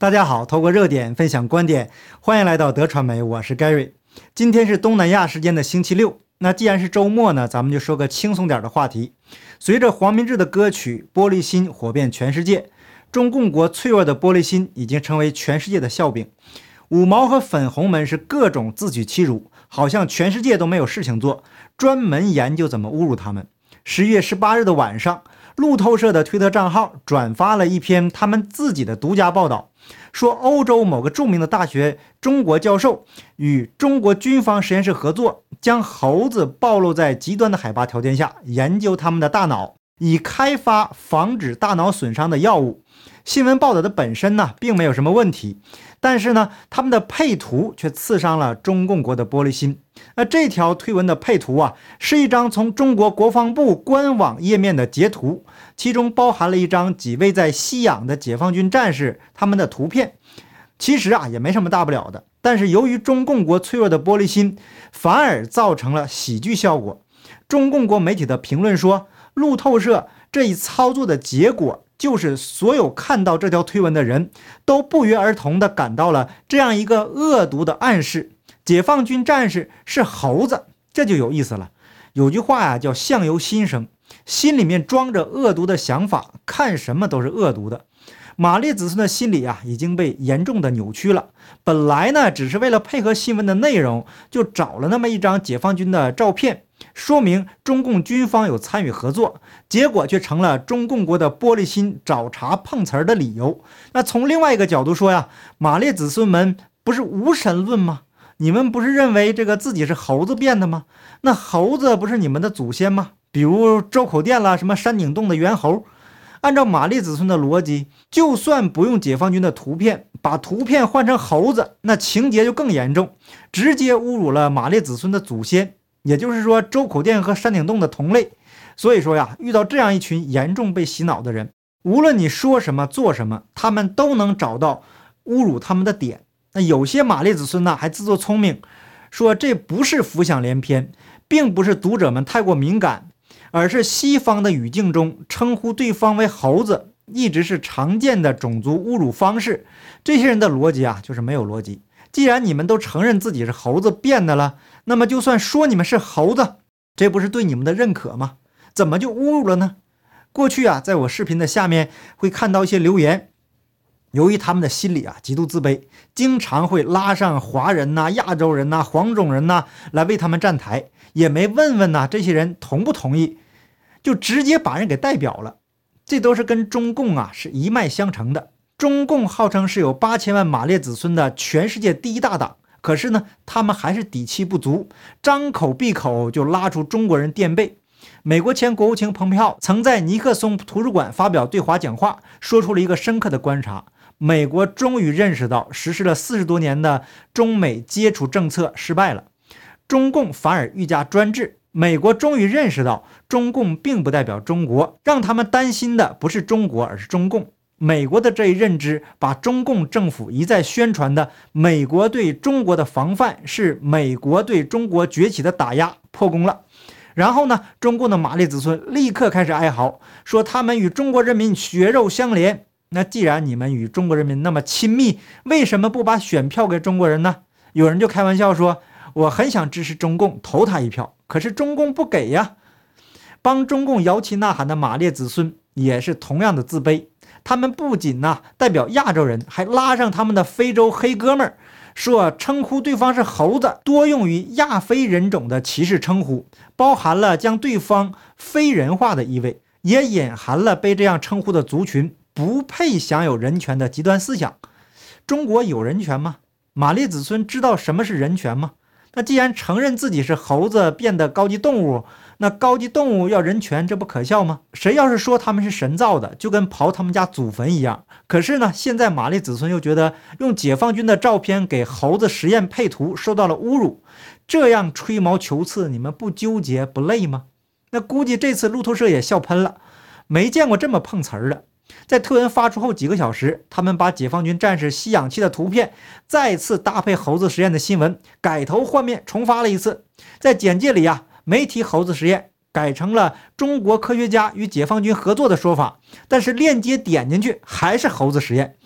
大家好，透过热点分享观点，欢迎来到德传媒，我是 Gary。今天是东南亚时间的星期六，那既然是周末呢，咱们就说个轻松点的话题。随着黄明志的歌曲《玻璃心》火遍全世界，中共国脆弱的玻璃心已经成为全世界的笑柄。五毛和粉红们是各种自取其辱，好像全世界都没有事情做，专门研究怎么侮辱他们。11月18日的晚上，路透社的推特账号转发了一篇他们自己的独家报道，说欧洲某个著名的大学中国教授与中国军方实验室合作，将猴子暴露在极端的海拔条件下，研究他们的大脑，以开发防止大脑损伤的药物。新闻报道的本身呢，并没有什么问题，但是呢，他们的配图却刺伤了中共国的玻璃心。那这条推文的配图啊，是一张从中国国防部官网页面的截图，其中包含了一张几位在吸氧的解放军战士他们的图片。其实啊，也没什么大不了的，但是由于中共国脆弱的玻璃心，反而造成了喜剧效果。中共国媒体的评论说，路透社这一操作的结果就是所有看到这条推文的人都不约而同地感到了这样一个恶毒的暗示：解放军战士是猴子。这就有意思了。有句话呀，叫相由心生，心里面装着恶毒的想法，看什么都是恶毒的。马列子孙的心理啊，已经被严重的扭曲了。本来呢，只是为了配合新闻的内容，就找了那么一张解放军的照片，说明中共军方有参与合作，结果却成了中共国的玻璃心找茬碰瓷儿的理由。那从另外一个角度说呀，马列子孙们不是无神论吗？你们不是认为这个自己是猴子变的吗？那猴子不是你们的祖先吗？比如周口店啦，什么山顶洞的猿猴。按照马列子孙的逻辑，就算不用解放军的图片，把图片换成猴子，那情节就更严重，直接侮辱了马列子孙的祖先，也就是说周口店和山顶洞的同类。所以说呀，遇到这样一群严重被洗脑的人，无论你说什么做什么，他们都能找到侮辱他们的点。那有些马列子孙呢，还自作聪明，说这不是浮想联翩，并不是读者们太过敏感，而是西方的语境中称呼对方为猴子一直是常见的种族侮辱方式。这些人的逻辑啊，就是没有逻辑。既然你们都承认自己是猴子变的了，那么就算说你们是猴子，这不是对你们的认可吗？怎么就侮辱了呢？过去啊，在我视频的下面会看到一些留言，由于他们的心理啊极度自卑，经常会拉上华人呐、亚洲人呐、黄种人呐来为他们站台，也没问问呐这些人同不同意，就直接把人给代表了。这都是跟中共啊是一脉相承的。中共号称是有8000万马列子孙的全世界第一大党，可是呢，他们还是底气不足，张口闭口就拉出中国人垫背。美国前国务卿蓬佩奥曾在尼克松图书馆发表对华讲话，说出了一个深刻的观察：美国终于认识到实施了40多年的中美接触政策失败了，中共反而愈加专制。美国终于认识到中共并不代表中国，让他们担心的不是中国，而是中共。美国的这一认知，把中共政府一再宣传的美国对中国的防范是美国对中国崛起的打压破功了。然后呢，中共的马列子孙立刻开始哀嚎，说他们与中国人民血肉相连。那既然你们与中国人民那么亲密，为什么不把选票给中国人呢？有人就开玩笑说，我很想支持中共，投他一票，可是中共不给呀。帮中共摇旗呐喊的马列子孙也是同样的自卑，他们不仅代表亚洲人，还拉上他们的非洲黑哥们儿，说称呼对方是猴子多用于亚非人种的歧视称呼，包含了将对方非人化的意味，也隐含了被这样称呼的族群不配享有人权的极端思想。中国有人权吗？马列子孙知道什么是人权吗？那既然承认自己是猴子变的高级动物，那高级动物要人权，这不可笑吗？谁要是说他们是神造的，就跟刨他们家祖坟一样。可是呢，现在马列子孙又觉得用解放军的照片给猴子实验配图受到了侮辱，这样吹毛求疵，你们不纠结不累吗？那估计这次路透社也笑喷了，没见过这么碰瓷儿的。在推文发出后几个小时，他们把解放军战士吸氧气的图片再次搭配猴子实验的新闻改头换面重发了一次。在简介里没提猴子实验，改成了中国科学家与解放军合作的说法，但是链接点进去还是猴子实验。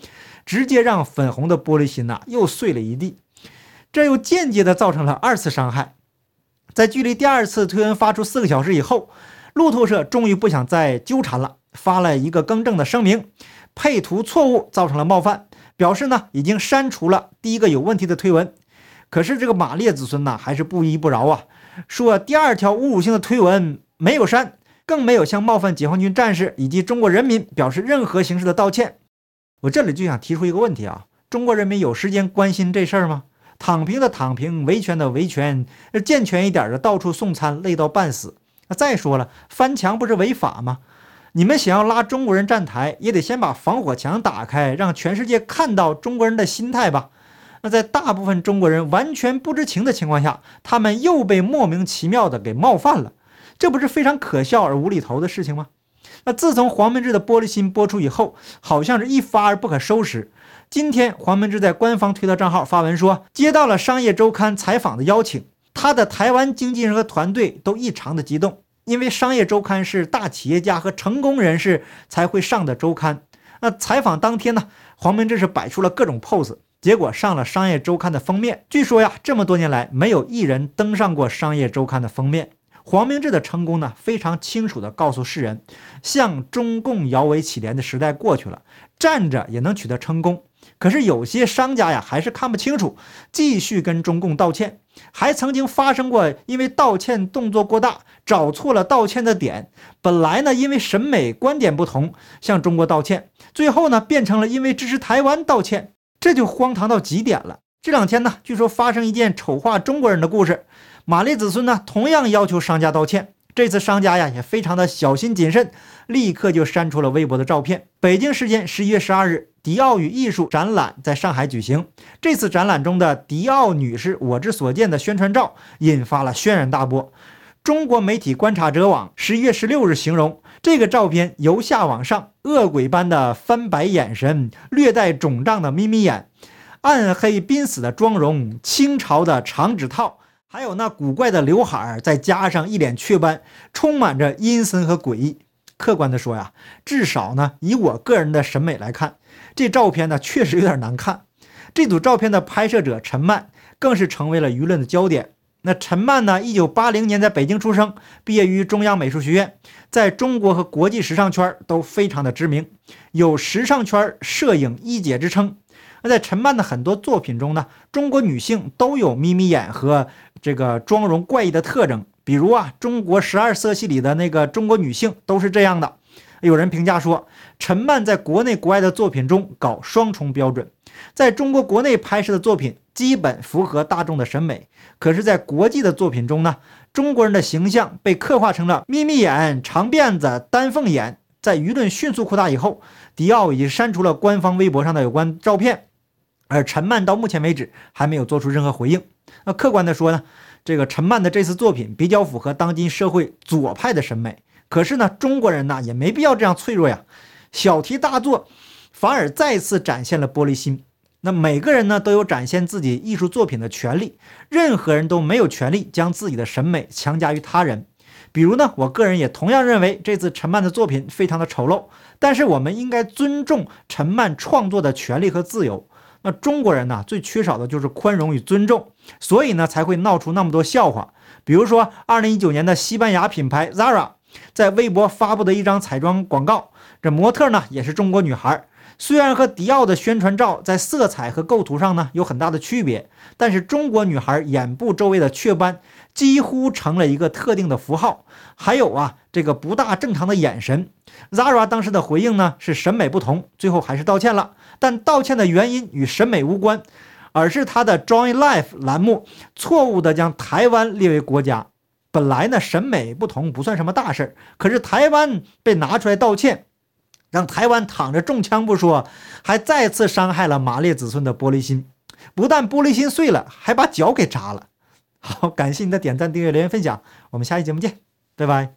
直接让粉红的玻璃心又碎了一地，这又间接的造成了二次伤害。在距离第二次推文发出4个小时以后，路透社终于不想再纠缠了，发了一个更正的声明，配图错误造成了冒犯，表示已经删除了第一个有问题的推文。可是这个马列子孙还是不依不饶说第二条侮辱性的推文没有删，更没有向冒犯解放军战士以及中国人民表示任何形式的道歉。我这里就想提出一个问题中国人民有时间关心这事儿吗？躺平的躺平，维权的维权，健全一点的到处送餐，累到半死。再说了，翻墙不是违法吗？你们想要拉中国人站台，也得先把防火墙打开，让全世界看到中国人的心态吧。那在大部分中国人完全不知情的情况下，他们又被莫名其妙的给冒犯了，这不是非常可笑而无厘头的事情吗？那自从黄明志的玻璃心播出以后，好像是一发而不可收拾。今天黄明志在官方推特账号发文说，接到了商业周刊采访的邀请，他的台湾经纪人和团队都异常的激动，因为商业周刊是大企业家和成功人士才会上的周刊。那采访当天呢，黄明志是摆出了各种 pose， 结果上了商业周刊的封面。据说这么多年来没有一人登上过商业周刊的封面。黄明志的成功呢，非常清楚地告诉世人，向中共摇尾乞怜的时代过去了，站着也能取得成功。可是有些商家还是看不清楚，继续跟中共道歉，还曾经发生过因为道歉动作过大，找错了道歉的点。本来呢，因为审美观点不同向中国道歉，最后呢变成了因为支持台湾道歉，这就荒唐到极点了。这2天呢，据说发生一件丑化中国人的故事，马列子孙呢同样要求商家道歉。这次商家也非常的小心谨慎，立刻就删除了微博的照片。北京时间11月12日，迪奥与艺术展览在上海举行。这次展览中的迪奥女士我之所见的宣传照引发了轩然大波。中国媒体观察者网11月16日形容，这个照片由下往上，恶鬼般的翻白眼神，略带肿胀的眯眯眼，暗黑濒死的妆容，清朝的长指套，还有那古怪的刘海，再加上一脸雀斑，充满着阴森和诡异。客观的说至少呢，以我个人的审美来看，这照片呢确实有点难看。这组照片的拍摄者陈曼更是成为了舆论的焦点。那陈曼呢，1980年在北京出生，毕业于中央美术学院，在中国和国际时尚圈都非常的知名，有时尚圈摄影一姐之称。那在陈曼的很多作品中呢，中国女性都有眯眯眼和这个妆容怪异的特征，比如中国12色系里的那个中国女性都是这样的。有人评价说，陈曼在国内国外的作品中搞双重标准，在中国国内拍摄的作品基本符合大众的审美，可是在国际的作品中呢，中国人的形象被刻画成了眯眯眼、长辫子、丹凤眼。在舆论迅速扩大以后，迪奥已删除了官方微博上的有关照片，而陈曼到目前为止还没有做出任何回应。那客观的说呢，这个陈曼的这次作品比较符合当今社会左派的审美。可是呢，中国人也没必要这样脆弱呀，小题大做，反而再次展现了玻璃心。那每个人呢都有展现自己艺术作品的权利，任何人都没有权利将自己的审美强加于他人。比如呢，我个人也同样认为这次陈曼的作品非常的丑陋，但是我们应该尊重陈曼创作的权利和自由。那中国人最缺少的就是宽容与尊重，所以呢才会闹出那么多笑话。比如说2019年的西班牙品牌 Zara 在微博发布的一张彩妆广告，这模特呢也是中国女孩，虽然和迪奥的宣传照在色彩和构图上呢有很大的区别，但是中国女孩眼部周围的雀斑几乎成了一个特定的符号，还有这个不大正常的眼神。Zara 当时的回应呢是审美不同，最后还是道歉了，但道歉的原因与审美无关，而是他的 Join Life 栏目错误地将台湾列为国家。本来呢审美不同不算什么大事，可是台湾被拿出来道歉，让台湾躺着中枪不说，还再次伤害了马列子孙的玻璃心，不但玻璃心碎了，还把脚给扎了。好，感谢你的点赞、订阅、留言、分享，我们下期节目见，拜拜。